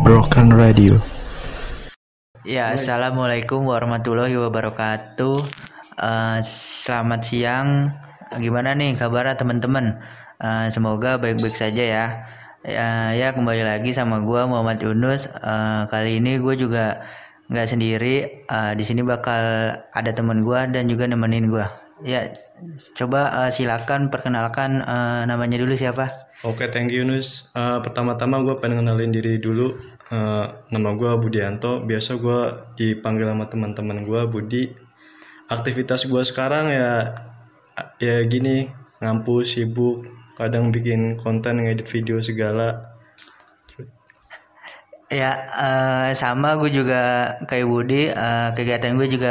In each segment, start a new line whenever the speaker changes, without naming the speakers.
Broken Radio.
Ya, assalamualaikum warahmatullahi wabarakatuh. Selamat siang. Gimana nih kabarnya teman-teman? Semoga baik-baik saja ya. Ya kembali lagi sama gue Muhammad Yunus. Kali ini gue juga nggak sendiri. Di sini bakal ada teman gue dan juga nemenin gue. Ya, coba silakan perkenalkan namanya dulu siapa?
Oke, thank you Yunus. Pertama-tama gue pengen kenalin diri dulu. Nama gue Budianto. Biasa gue dipanggil sama teman-teman gue Budi. Aktivitas gue sekarang ya gini, ngampus, sibuk, kadang bikin konten, ngedit video segala.
Ya, sama gue juga kayak Budi. Kegiatan gue juga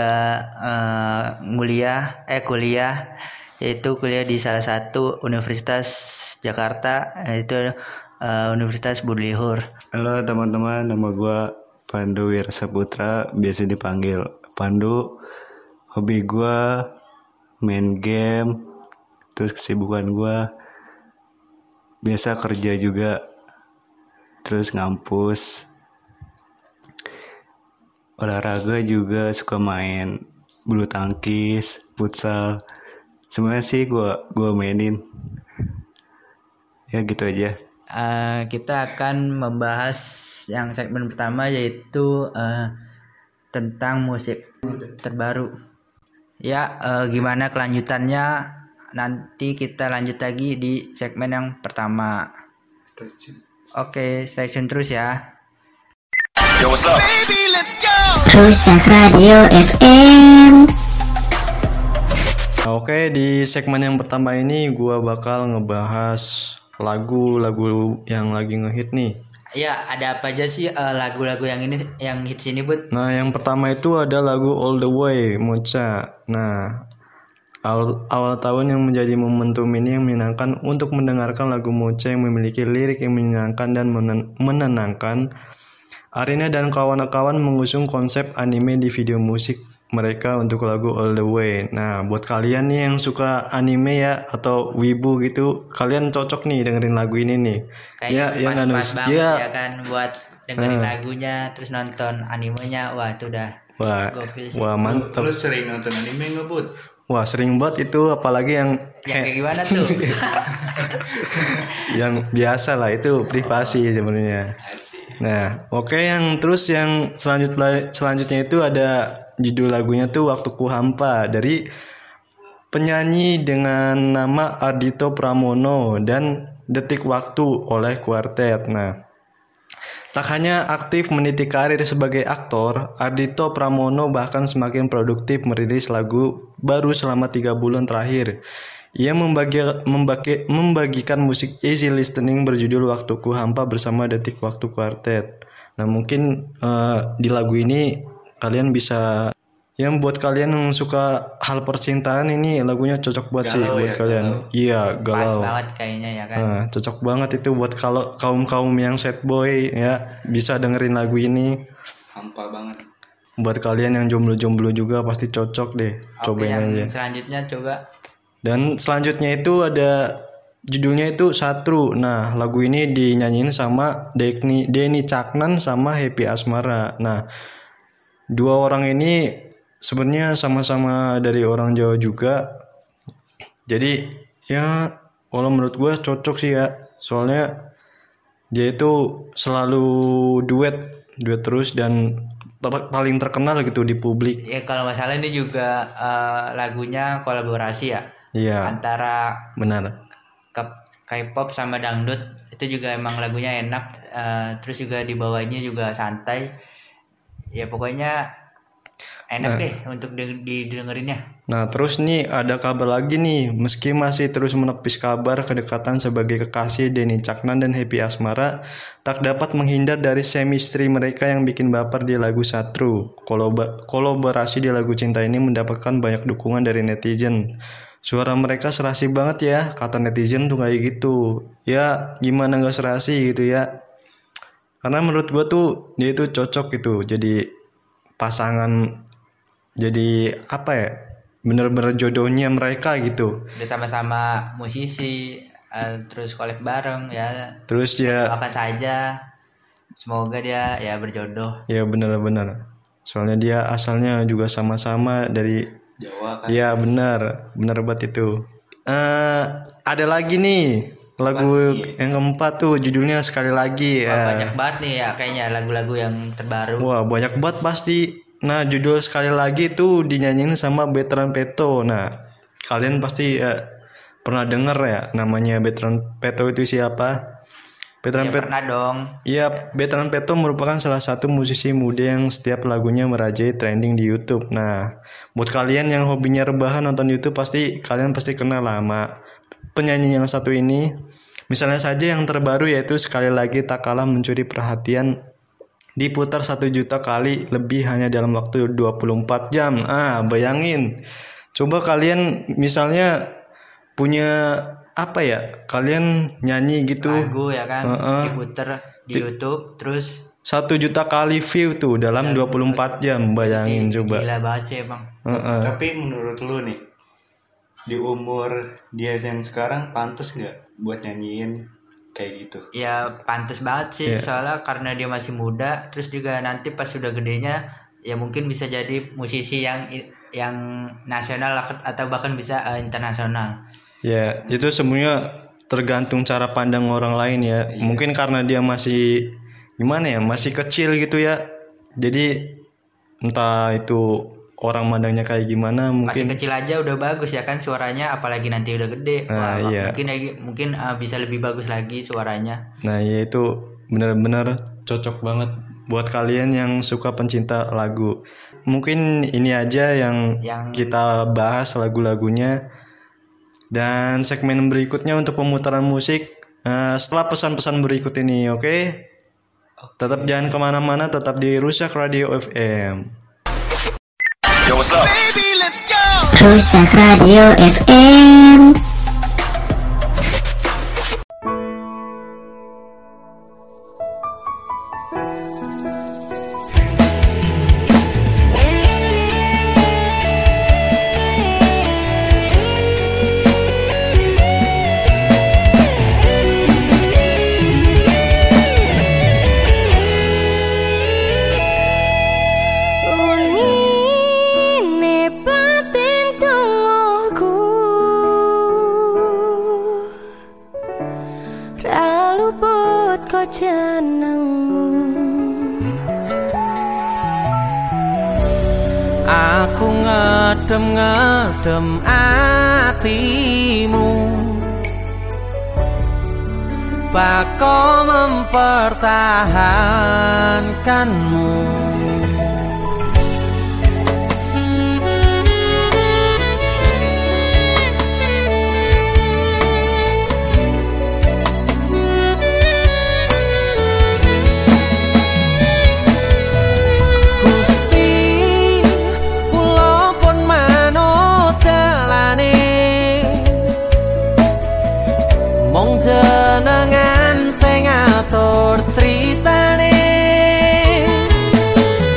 kuliah, yaitu kuliah di salah satu universitas Jakarta, yaitu Universitas Budi Luhur.
Halo teman-teman, nama gue Pandu Wirsaputra, biasa dipanggil Pandu. Hobi gue main game, terus kesibukan gue biasa kerja juga, terus ngampus. Olahraga juga suka main bulu tangkis, futsal. Semuanya sih gue mainin. Ya gitu aja.
Kita akan membahas yang segmen pertama, yaitu tentang musik terbaru. Ya, gimana kelanjutannya nanti kita lanjut lagi di segmen yang pertama. Oke, stay tune terus ya.
Yo, what's up?
Baby, let's go.
Rusak Radio FM.
Oke, di segmen yang pertama ini gue bakal ngebahas lagu-lagu yang lagi ngehit nih.
Ya, ada apa aja sih lagu-lagu yang hits ini, Bud?
Nah, yang pertama itu ada lagu All The Way, Mocha. Nah, awal tahun yang menjadi momentum ini yang menyenangkan untuk mendengarkan lagu Mocha yang memiliki lirik yang menyenangkan dan menenangkan. Arina dan kawan-kawan mengusung konsep anime di video musik mereka untuk lagu All The Way. Nah, buat kalian nih yang suka anime ya atau wibu gitu, kalian cocok nih dengerin lagu ini nih.
Kayaknya pas banget ya kan buat dengerin lagunya terus nonton animenya. Wah, itu udah gokil sih.
Wah, mantap.
Lu sering nonton anime nggak, Bud?
Wah, sering banget itu, apalagi yang
kayak gimana tuh?
yang biasa lah, itu privasi sebenarnya. Nah, oke, yang selanjutnya itu ada judul lagunya tuh Waktuku Hampa dari penyanyi dengan nama Ardhito Pramono dan Detik Waktu oleh Quartet. Nah, tak hanya aktif meniti karir sebagai aktor, Ardhito Pramono bahkan semakin produktif merilis lagu baru selama 3 bulan terakhir. Ia membagikan musik easy listening berjudul Waktuku Hampa bersama Detik Waktu Quartet. Nah, mungkin di lagu ini kalian bisa, yang buat kalian yang suka hal percintaan, ini lagunya cocok buat sih buat kalian. Iya, galau.
Pas banget kayaknya ya kan.
Nah, cocok banget itu buat kalau kaum yang sad boy ya, bisa dengerin lagu ini.
Hampa banget.
Buat kalian yang jomblo juga pasti cocok deh. Cobain aja.
Selanjutnya coba.
Dan selanjutnya itu ada judulnya itu Satru. Nah, lagu ini dinyanyiin sama Denny Caknan sama Happy Asmara. Nah, dua orang ini sebenarnya sama-sama dari orang Jawa juga. Jadi ya kalau menurut gue cocok sih ya. Soalnya dia itu selalu duet terus dan paling terkenal gitu di publik.
Ya kalau nggak salah ini juga lagunya kolaborasi ya.
Iya.
Antara
benar.
K-pop sama dangdut. Itu juga emang lagunya enak. Terus juga dibawanya juga santai. Ya pokoknya enak deh untuk didengerinnya.
Nah, terus nih ada kabar lagi nih. Meski masih terus menepis kabar kedekatan sebagai kekasih Denny Caknan dan Happy Asmara, tak dapat menghindar dari chemistry mereka yang bikin baper di lagu Satru. Kolaborasi di lagu cinta ini mendapatkan banyak dukungan dari netizen. Suara mereka serasi banget ya, kata netizen tuh kayak gitu. Ya gimana gak serasi gitu ya. Karena menurut gue tuh dia itu cocok gitu jadi pasangan, jadi apa ya, bener-bener jodohnya mereka gitu.
Udah sama-sama musisi, terus collab bareng ya.
Terus ya
Akan saja Semoga dia ya berjodoh.
Ya benar-benar. Soalnya dia asalnya juga sama-sama dari
Jawa kan.
ya benar banget itu. Ada lagi nih lagu yang keempat tuh judulnya Sekali Lagi
Wah,
ya.
banyak banget nih ya kayaknya lagu-lagu yang terbaru.
Wah banyak banget pasti. Nah judul Sekali Lagi tuh dinyanyiin sama Veteran Peto. Nah kalian pasti pernah denger ya namanya Veteran Peto itu siapa? Veteran
Ya
Peto.
pernah dong.
Iya, Veteran Peto merupakan salah satu musisi muda yang setiap lagunya merajai trending di YouTube. Nah, buat kalian yang hobinya rebahan nonton YouTube kalian pasti kenal lah sama penyanyi yang satu ini. Misalnya saja yang terbaru yaitu Sekali Lagi Tak Kalah Mencuri Perhatian, diputar 1 juta kali lebih hanya dalam waktu 24 jam. Bayangin. Coba kalian misalnya punya apa ya? Kalian nyanyi gitu.
Lagu ya kan diputer di YouTube terus
1 juta kali view tuh dalam 24 jam. Bayangin coba.
gila banget sih emang.
Tapi menurut lu nih, di umur dia yang sekarang pantas nggak buat nyanyiin kayak gitu?
Ya pantas banget sih soalnya karena dia masih muda, terus juga nanti pas sudah gedenya ya mungkin bisa jadi musisi yang nasional atau bahkan bisa internasional.
Ya, itu semuanya tergantung cara pandang orang lain ya. Mungkin karena dia masih gimana ya, masih kecil gitu ya. Jadi entah itu orang mandangnya kayak gimana,
Masih
mungkin
kecil aja udah bagus ya kan suaranya, apalagi nanti udah gede. Wah,
iya.
mungkin bisa lebih bagus lagi suaranya.
Nah, ya itu benar-benar cocok banget buat kalian yang suka pencinta lagu. Mungkin ini aja yang kita bahas lagu-lagunya. Dan segmen berikutnya untuk pemutaran musik setelah pesan-pesan berikut ini, oke? Tetap jangan kemana-mana, tetap di Rusak Radio FM.
Yo, what's up?
Rusak Radio FM.
Aku ngedem-ngedem atimu, bako mempertahankanmu. Jenengan sing ngatur critane,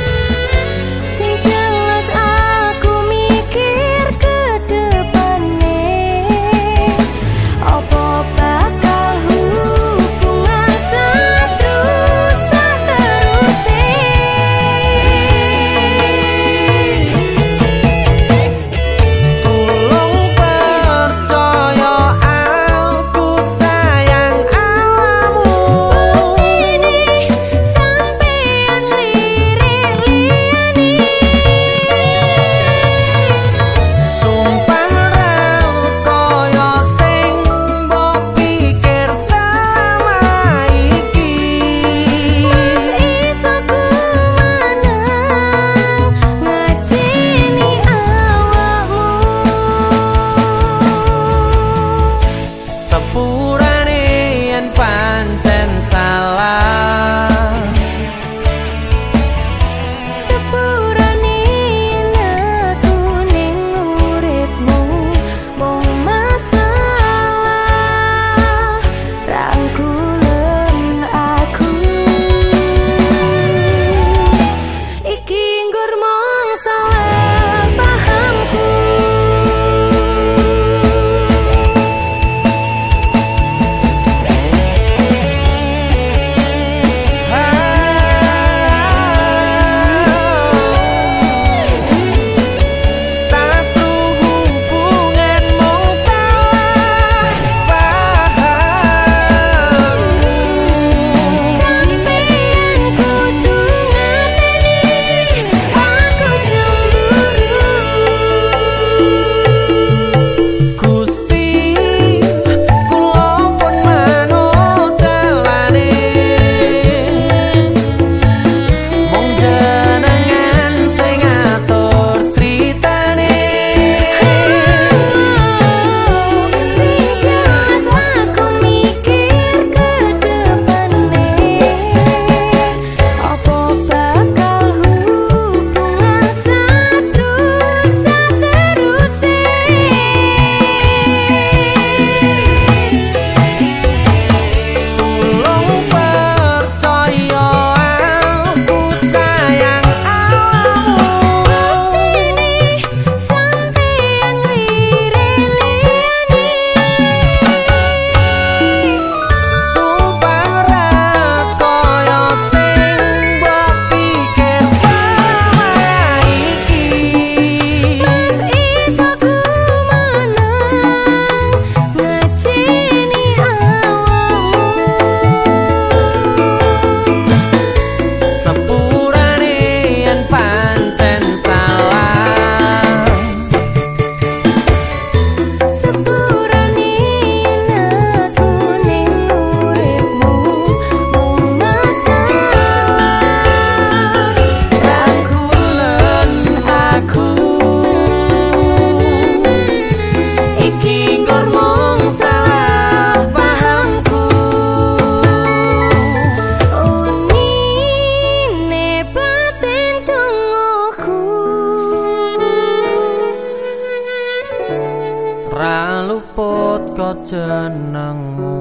saka jenengmu.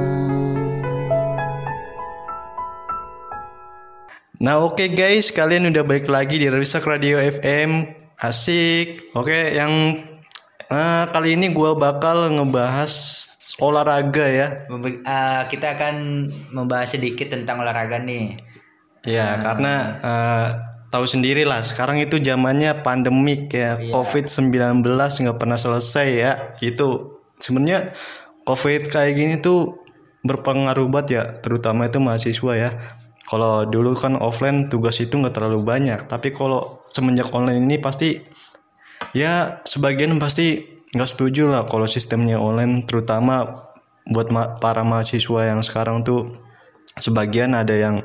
Nah oke guys, kalian udah balik lagi di Rusak Radio FM. Asik. Oke, yang kali ini gue bakal ngebahas olahraga ya.
Kita akan membahas sedikit tentang olahraga nih.
Ya, karena tahu sendiri lah, sekarang itu zamannya pandemik ya, COVID-19 nggak pernah selesai ya. Itu sebenarnya COVID kayak gini tuh berpengaruh banget ya, terutama itu mahasiswa ya. Kalau dulu kan offline tugas itu nggak terlalu banyak, tapi kalau semenjak online ini pasti ya sebagian pasti nggak setuju lah kalau sistemnya online, terutama buat para mahasiswa yang sekarang tuh sebagian ada yang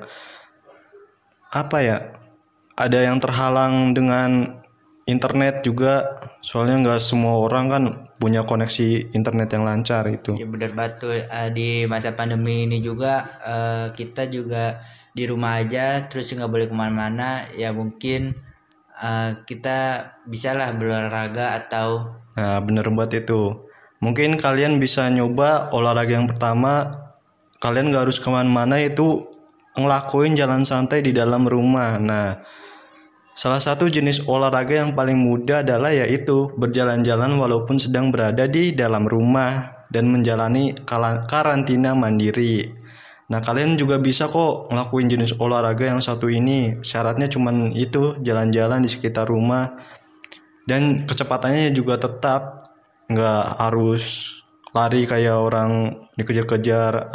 ada yang terhalang dengan internet juga, soalnya nggak semua orang kan punya koneksi internet yang lancar itu.
Ya benar banget tuh, di masa pandemi ini juga kita juga di rumah aja, terus nggak boleh kemana-mana. Ya mungkin kita bisalah berolahraga atau
Bener banget itu. Mungkin kalian bisa nyoba olahraga yang pertama, kalian nggak harus kemana-mana, itu ngelakuin jalan santai di dalam rumah. Nah, salah satu jenis olahraga yang paling mudah adalah yaitu berjalan-jalan walaupun sedang berada di dalam rumah dan menjalani karantina mandiri. Nah, kalian juga bisa kok ngelakuin jenis olahraga yang satu ini. Syaratnya cuman itu, jalan-jalan di sekitar rumah. Dan kecepatannya juga tetap nggak harus lari kayak orang dikejar-kejar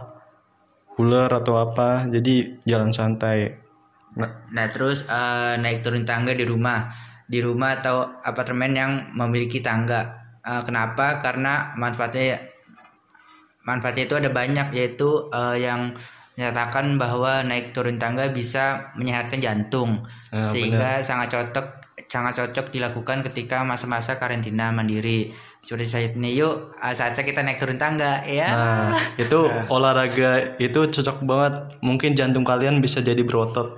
ular atau apa. Jadi jalan santai.
Nah terus naik turun tangga di rumah atau apartemen yang memiliki tangga. Kenapa? Karena manfaatnya itu ada banyak, yaitu yang menyatakan bahwa naik turun tangga bisa menyehatkan jantung, sehingga sangat cocok dilakukan ketika masa-masa karantina mandiri. Seperti saat ini, yuk saatnya kita naik turun tangga ya.
Nah itu olahraga itu cocok banget, mungkin jantung kalian bisa jadi berotot.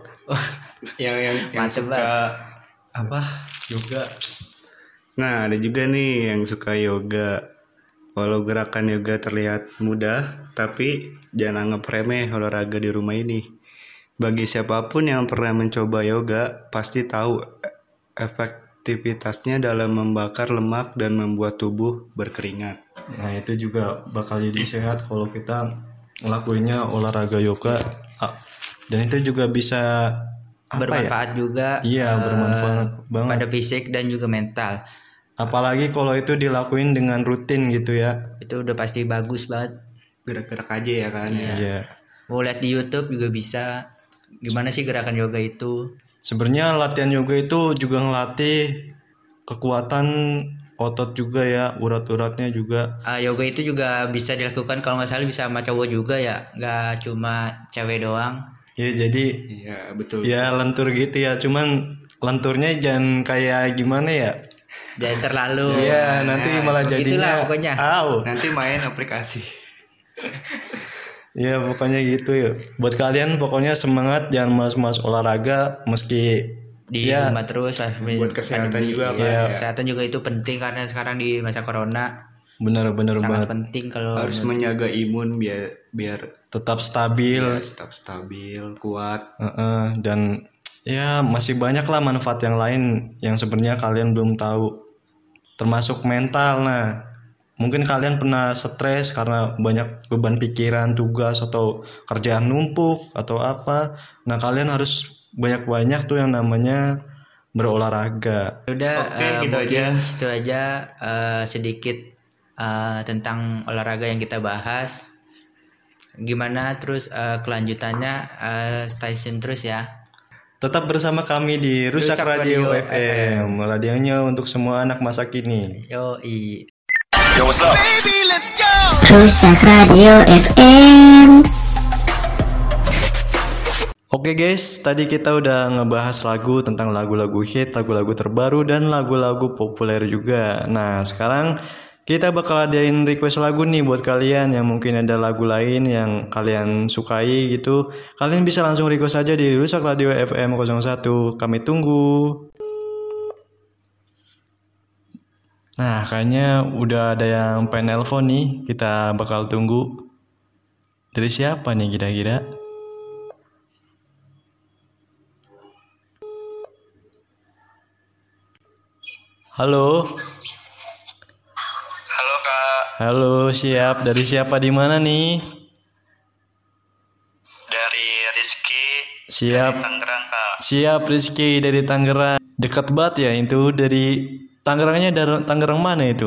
yang suka yoga. Nah ada juga nih yang suka yoga. Walau gerakan yoga terlihat mudah, tapi jangan anggap remeh olahraga di rumah ini. Bagi siapapun yang pernah mencoba yoga, pasti tahu efektivitasnya dalam membakar lemak dan membuat tubuh berkeringat.
Nah itu juga bakal jadi sehat kalau kita ngelakuinnya olahraga yoga. Dan itu juga bisa
bermanfaat juga.
Iya, bermanfaat banget
pada fisik dan juga mental.
Apalagi kalau itu dilakuin dengan rutin gitu ya.
Itu udah pasti bagus banget.
Gerak-gerak aja ya kan.
Iya.
Mau lihat di YouTube juga bisa. Gimana sih gerakan yoga itu?
Sebenarnya latihan yoga itu juga ngelatih kekuatan otot juga ya, urat-uratnya juga.
Yoga itu juga bisa dilakukan kalau nggak salah bisa sama cowok juga ya, nggak cuma cewek doang.
Ya jadi.
Iya betul.
Ya lentur gitu ya, cuman lenturnya jangan kayak gimana ya.
Jangan terlalu.
Iya, nanti malah jadinya
pokoknya.
Nanti main aplikasi.
Ya pokoknya gitu ya. Buat kalian pokoknya semangat, jangan malas-malas olahraga meski
di rumah terus lah.
Buat kesehatan juga kan.
Ya.
Kesehatan juga itu penting karena sekarang di masa corona.
Benar-benar
sangat
banget.
penting kalau
harus menjaga imun biar
tetap stabil.
Ya, tetap stabil, kuat.
Dan ya masih banyak lah manfaat yang lain yang sebenarnya kalian belum tahu. Termasuk mental. Nah, mungkin kalian pernah stres karena banyak beban pikiran, tugas atau kerjaan numpuk atau apa. Nah, kalian harus banyak-banyak tuh yang namanya berolahraga.
Udah,
gitu aja.
Itu aja sedikit tentang olahraga yang kita bahas. Gimana terus kelanjutannya, stay tune terus ya.
Tetap bersama kami di Rusak Radio FM. Radionya untuk semua anak masa kini.
Yoi.
Yo, what's up?
Rusak Radio FM.
Oke guys, tadi kita udah ngebahas lagu tentang lagu-lagu hit, lagu-lagu terbaru, dan lagu-lagu populer juga. Nah, sekarang kita bakal adain request lagu nih buat kalian yang mungkin ada lagu lain yang kalian sukai gitu. Kalian bisa langsung request aja di Rusak Radio FM 01. Kami tunggu. Nah, kayaknya udah ada yang pengen nelpon nih. Kita bakal tunggu. Dari siapa nih kira-kira? Halo.
Halo Kak,
Halo, siap. Dari siapa di mana nih?
dari Rizky
Siap.
Tangerang Kak.
Siap Rizky dari Tangerang. Dekat banget ya itu dari Tangerangnya, dari Tangerang mana itu?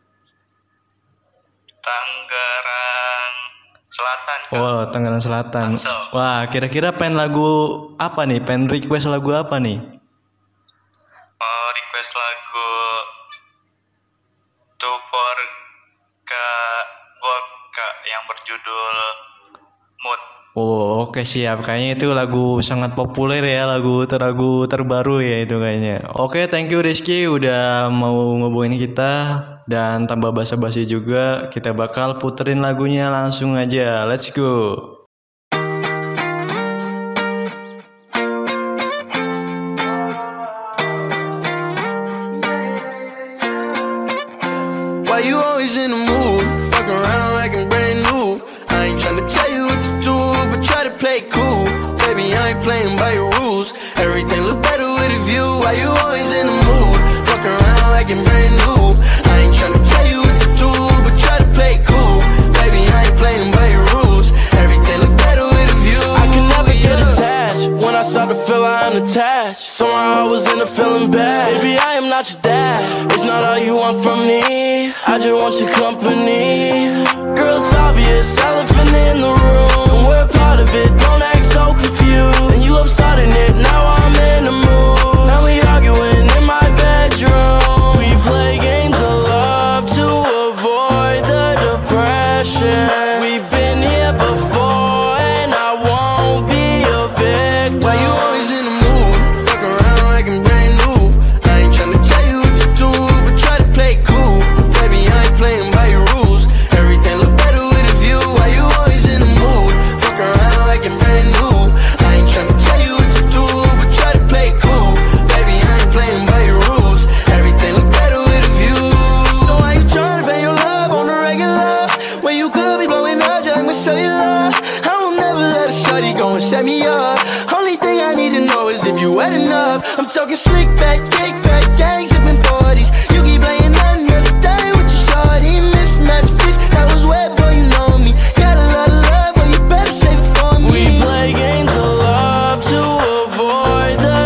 Tangerang Selatan Kak.
Oh, Tangerang Selatan.
Tangsel.
Wah, kira-kira pengen lagu apa nih? Pengen request lagu apa nih?
Request lagu To For Kak Kak yang berjudul Mood.
Oh, oke siap. Kayaknya itu lagu sangat populer ya, lagu terbaru ya itu kayaknya. Oke, thank you Rizky udah mau ngubungin kita, dan tambah basa-basi juga kita bakal puterin lagunya langsung aja. Let's go.
Why you always in the mood? Fuck around like I'm brand new. I ain't tryna tell you what to do, but try to play cool. Baby, I ain't playing by your rules. Everything look better with a view. Why you always in the mood? Fuck around like I'm brand new. I ain't tryna tell you what to do, but try to play cool. Baby, I ain't playing by your rules. Everything look better with a view. I can never get attached. When I start to feel I'm unattached, somehow I was in a feeling bad. Baby, I am not your dad. It's not all you want from me. I just want your company. Girl, it's obvious, elephant in the room. We're part of it, don't act so confused. And you love starting it, now I'm in the mood. Now we arguing in my bedroom. We play games of love to avoid the depression. We've been here before and I won't be a victim. Why you always in the mood? Fuck around like I'm brand new. I ain't tryna tell you what to do, but try to play cool. Baby, I ain't playing by your rules. Everything look better with a view. Why you always in the mood? Fuck around like I'm brand new. I ain't tryna tell you what to do, but try to play cool. Baby, I ain't playing by your rules. Everything look better with a view. So why you tryna pay your love on the regular when you could be blowing up just like my cellular? I will never let a shawty go and set me up. Only thing I need to know is if you wet enough. I'm talking slick back, kick back, gang sipping 40s. You keep playing another day with your shawty. Mismatch fish, that was wet before you know me. Got a lot of love, but you better save it for me. We play games of love to avoid the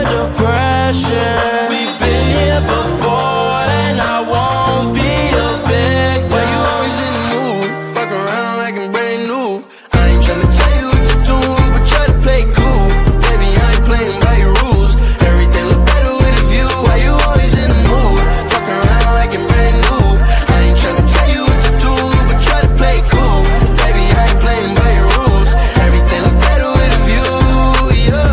depression. We've been here before and I won't be a victim. Why you always in the mood? Fuck around like I'm brand new. I ain't tryna tell you what to do, but try to play cool. Baby, I ain't playing by your rules. Everything look better with a view. Why you always in the mood? Fuck around like I'm brand new. I ain't tryna tell you what to do, but try to play cool. Baby, I ain't playing by your rules. Everything look better with a view, yeah.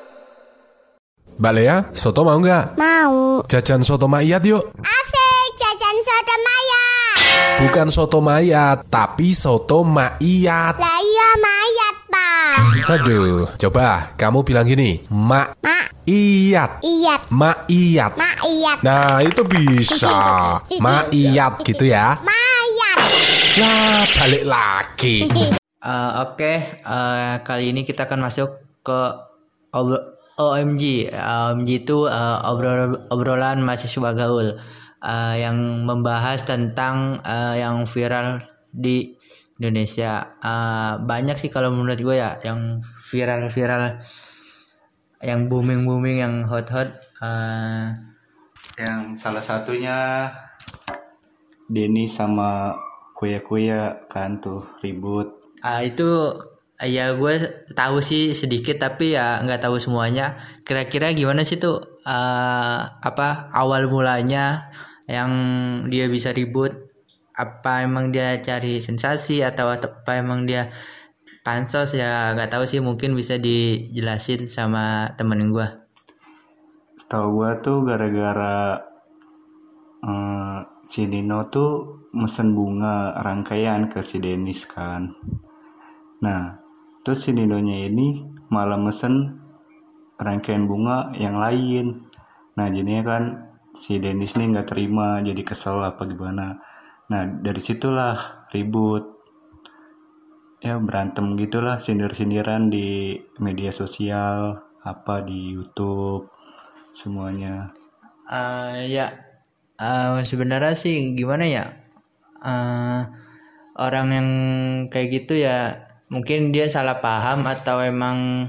Mbak Lea, soto mau nggak?
Mau.
Jajan soto mayat yuk.
Asik, jajan soto mayat.
Bukan soto mayat, tapi soto maiyat.
Lah iya mayat, Pak.
Aduh, coba kamu bilang gini,
Mak.
Iyat.
Iyat.
Maiyat.
Mayat.
Nah, itu bisa. Maiyat gitu ya.
Mayat.
Lah, balik lagi.
Oke, kali ini kita akan masuk ke OMG. OMG itu obrolan mahasiswa gaul, yang membahas tentang yang viral di Indonesia. Banyak sih kalau menurut gue ya, yang viral, yang booming, yang hot.
Yang salah satunya Denny sama Kuya kan tuh ribut.
Itu ya gue tahu sih sedikit, tapi ya nggak tahu semuanya. Kira-kira gimana sih tuh awal mulanya yang dia bisa ribut? Apa emang dia cari sensasi atau apa emang dia pansos? Ya nggak tahu sih, mungkin bisa dijelasin sama temen gue.
Setahu gue tuh gara-gara si Nino tuh mesen bunga rangkaian ke si Dennis kan. Nah, terus si Ninonya ini malah mesen rangkaian bunga yang lain. Nah, jadinya kan si Dennis nih nggak terima, jadi kesel apa gimana. Nah dari situlah ribut, ya berantem gitulah, sindir-sindiran di media sosial, apa di YouTube semuanya.
Sebenarnya sih gimana ya, orang yang kayak gitu ya mungkin dia salah paham atau emang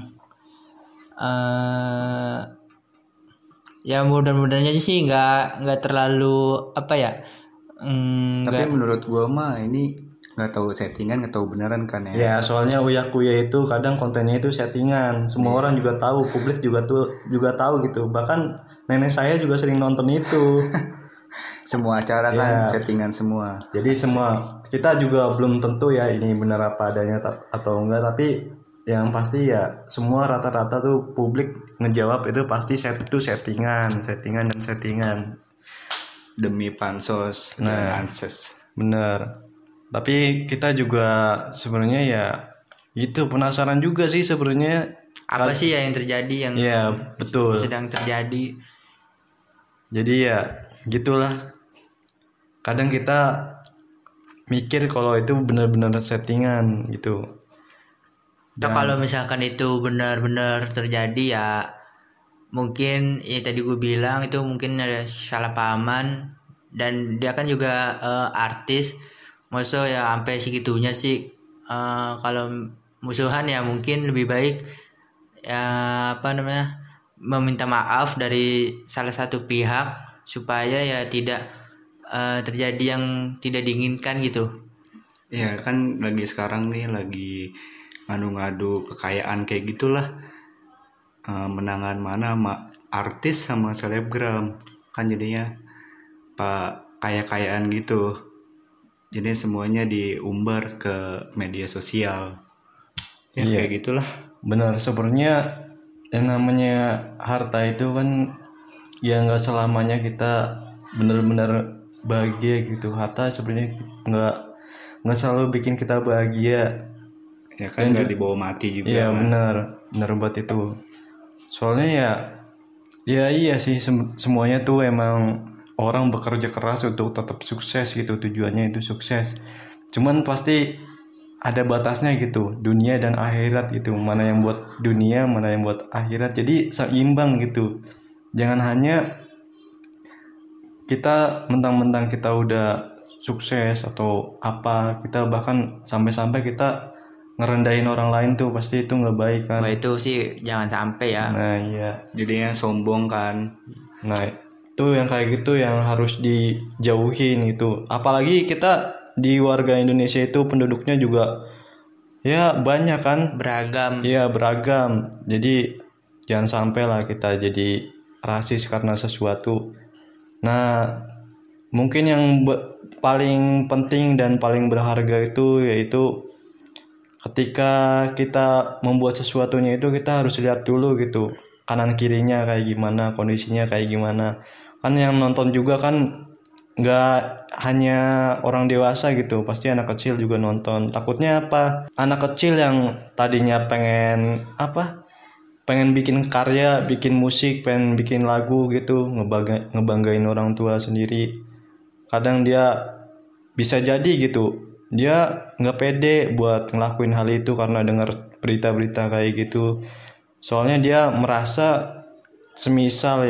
ya mudah-mudahnya sih nggak terlalu apa ya.
Tapi menurut gua mah ini nggak tahu settingan, nggak tahu beneran kan ya.
Ya soalnya Uya Kuya itu kadang kontennya itu settingan. Semua orang juga tahu, publik juga tahu gitu. Bahkan nenek saya juga sering nonton itu.
Semua acara kan settingan semua.
Jadi semua kita juga belum tentu ya ini benar apa adanya atau enggak, tapi yang pasti ya semua rata-rata tuh publik ngejawab itu pasti itu settingan dan settingan
Demi pansos dan anses.
Bener. Tapi kita juga sebenarnya ya gitu penasaran juga sih sebenarnya
apa sih ya yang terjadi yang
betul
sedang terjadi.
Jadi ya gitulah. Kadang kita mikir kalau itu benar-benar settingan gitu.
Nah, kalau misalkan itu benar-benar terjadi ya mungkin ya tadi gue bilang itu mungkin ada salah pahaman, dan dia kan juga artis, maksud ya sampai segitunya sih. Kalau musuhan ya mungkin lebih baik ya meminta maaf dari salah satu pihak supaya ya tidak terjadi yang tidak diinginkan gitu.
Ya kan lagi sekarang nih lagi ngadu-ngadu kekayaan kayak gitulah, menangan mana artis sama selebgram kan, jadinya kaya-kayaan gitu, jadi semuanya diumbar ke media sosial ya. Kayak gitulah.
Benar, sebenarnya yang namanya harta itu kan ya nggak selamanya kita benar-benar bahagia gitu. Harta sebenarnya nggak selalu bikin kita bahagia
ya kan, nggak dibawa mati juga.
Iya
kan?
benar buat itu. Soalnya ya iya sih, semuanya tuh emang orang bekerja keras untuk tetap sukses gitu, tujuannya itu sukses. Cuman pasti ada batasnya gitu, dunia dan akhirat gitu. Mana yang buat dunia, mana yang buat akhirat. Jadi seimbang gitu. Jangan hanya kita mentang-mentang kita udah sukses atau apa, kita bahkan sampai-sampai kita ngerendahin orang lain tuh pasti itu nggak baik kan.
Wah itu sih jangan sampai ya.
Nah iya.
Jadinya sombong kan.
Nah itu yang kayak gitu yang harus dijauhin gitu. Apalagi kita di warga Indonesia itu penduduknya juga ya banyak kan.
Beragam.
Iya beragam. Jadi jangan sampai lah kita jadi rasis karena sesuatu. Nah mungkin yang paling penting dan paling berharga itu yaitu ketika kita membuat sesuatunya itu kita harus lihat dulu gitu kanan kirinya kayak gimana, kondisinya kayak gimana. Kan yang nonton juga kan nggak hanya orang dewasa gitu, pasti anak kecil juga nonton. Takutnya apa? Anak kecil yang tadinya pengen bikin karya, bikin musik, pengen bikin lagu gitu, ngebanggain orang tua sendiri. Kadang dia bisa jadi gitu, dia nggak pede buat ngelakuin hal itu karena dengar berita-berita kayak gitu. Soalnya dia merasa semisal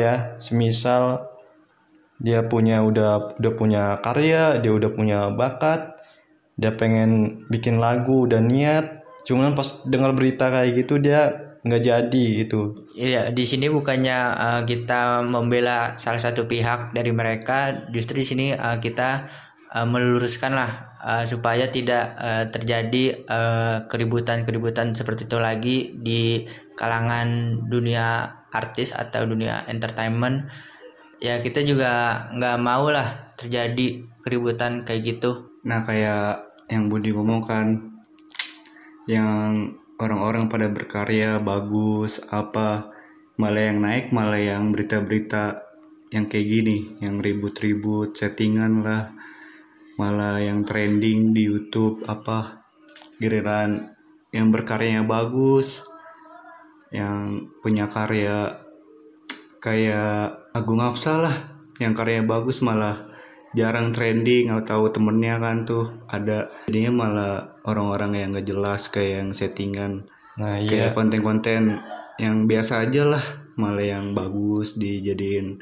dia udah punya karya, dia udah punya bakat, dia pengen bikin lagu dan niat, cuman pas dengar berita kayak gitu dia nggak jadi gitu.
Iya, di sini bukannya kita membela salah satu pihak dari mereka, justru di sini kita meluruskan lah supaya tidak terjadi keributan seperti itu lagi di kalangan dunia artis atau dunia entertainment. Ya kita juga nggak mau lah terjadi keributan kayak gitu.
Nah kayak yang Budi ngomong kan, yang orang-orang pada berkarya bagus apa, malah yang naik malah yang berita-berita yang kayak gini, yang ribut-ribut settingan lah, malah yang trending di YouTube apa, giliran yang berkaryanya bagus, yang punya karya kayak Agung Afsal lah, yang karyanya bagus malah jarang trending atau temennya kan tuh ada, jadinya malah orang-orang yang gak jelas kayak yang settingan.
Nah
Kayak
iya,
konten-konten yang biasa aja lah malah yang bagus dijadiin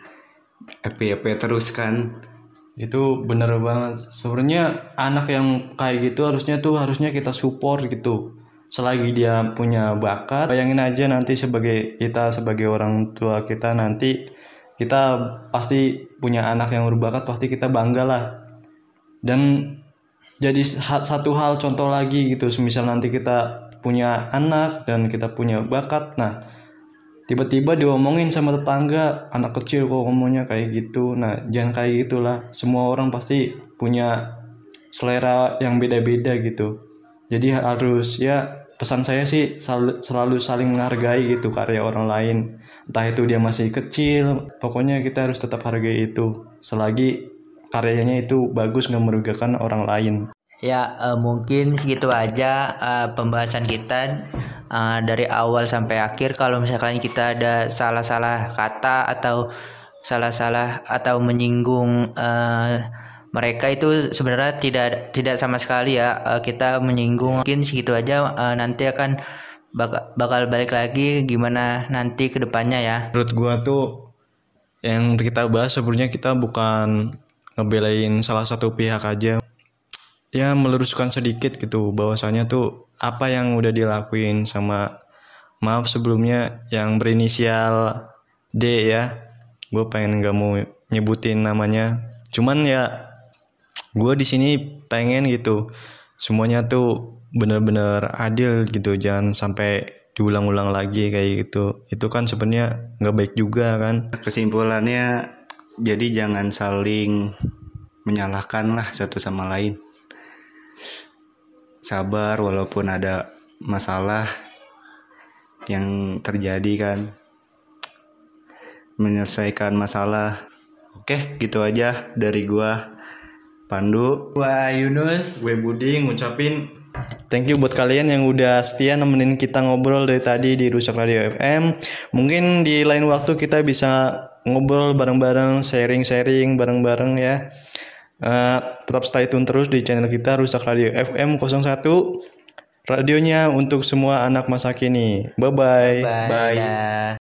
FYP terus kan.
itu bener banget. Sebenarnya anak yang kayak gitu harusnya kita support gitu. Selagi dia punya bakat, bayangin aja nanti kita sebagai orang tua kita nanti kita pasti punya anak yang berbakat, pasti kita bangga lah. Dan jadi satu hal contoh lagi gitu, semisal nanti kita punya anak dan kita punya bakat, nah tiba-tiba diomongin sama tetangga, anak kecil kok ngomongnya kayak gitu. Nah jangan kayak gitulah, semua orang pasti punya selera yang beda-beda gitu. Jadi harus, ya pesan saya sih selalu saling menghargai gitu karya orang lain, entah itu dia masih kecil, pokoknya kita harus tetap hargai itu selagi karyanya itu bagus, gak merugikan orang lain.
Ya, mungkin segitu aja pembahasan kita dari awal sampai akhir. Kalau misalkan kita ada salah-salah kata atau salah-salah atau menyinggung mereka, itu sebenarnya tidak sama sekali ya kita menyinggung. Mungkin segitu aja, nanti akan bakal balik lagi gimana nanti ke depannya ya.
Menurut gua tuh yang kita bahas sebenarnya kita bukan ngebelain salah satu pihak aja, ya meluruskan sedikit gitu bahwasanya tuh apa yang udah dilakuin sama, maaf sebelumnya yang berinisial D ya, gue pengen gak mau nyebutin namanya, cuman ya gue di sini pengen gitu semuanya tuh bener-bener adil gitu, jangan sampai diulang-ulang lagi kayak gitu. Itu kan sebenarnya nggak baik juga kan.
Kesimpulannya, jadi jangan saling menyalahkan lah satu sama lain. Sabar walaupun ada masalah yang terjadi kan, menyelesaikan masalah. Oke, gitu aja dari gua, Pandu.
Gua Yunus.
Gue Budi ngucapin thank you buat kalian yang udah setia nemenin kita ngobrol dari tadi di Rusak Radio FM. Mungkin di lain waktu kita bisa ngobrol bareng-bareng, sharing-sharing bareng-bareng ya. Tetap stay tune terus di channel kita Rusak Radio FM 01, radionya untuk semua anak masa kini. Bye-bye.
Bye.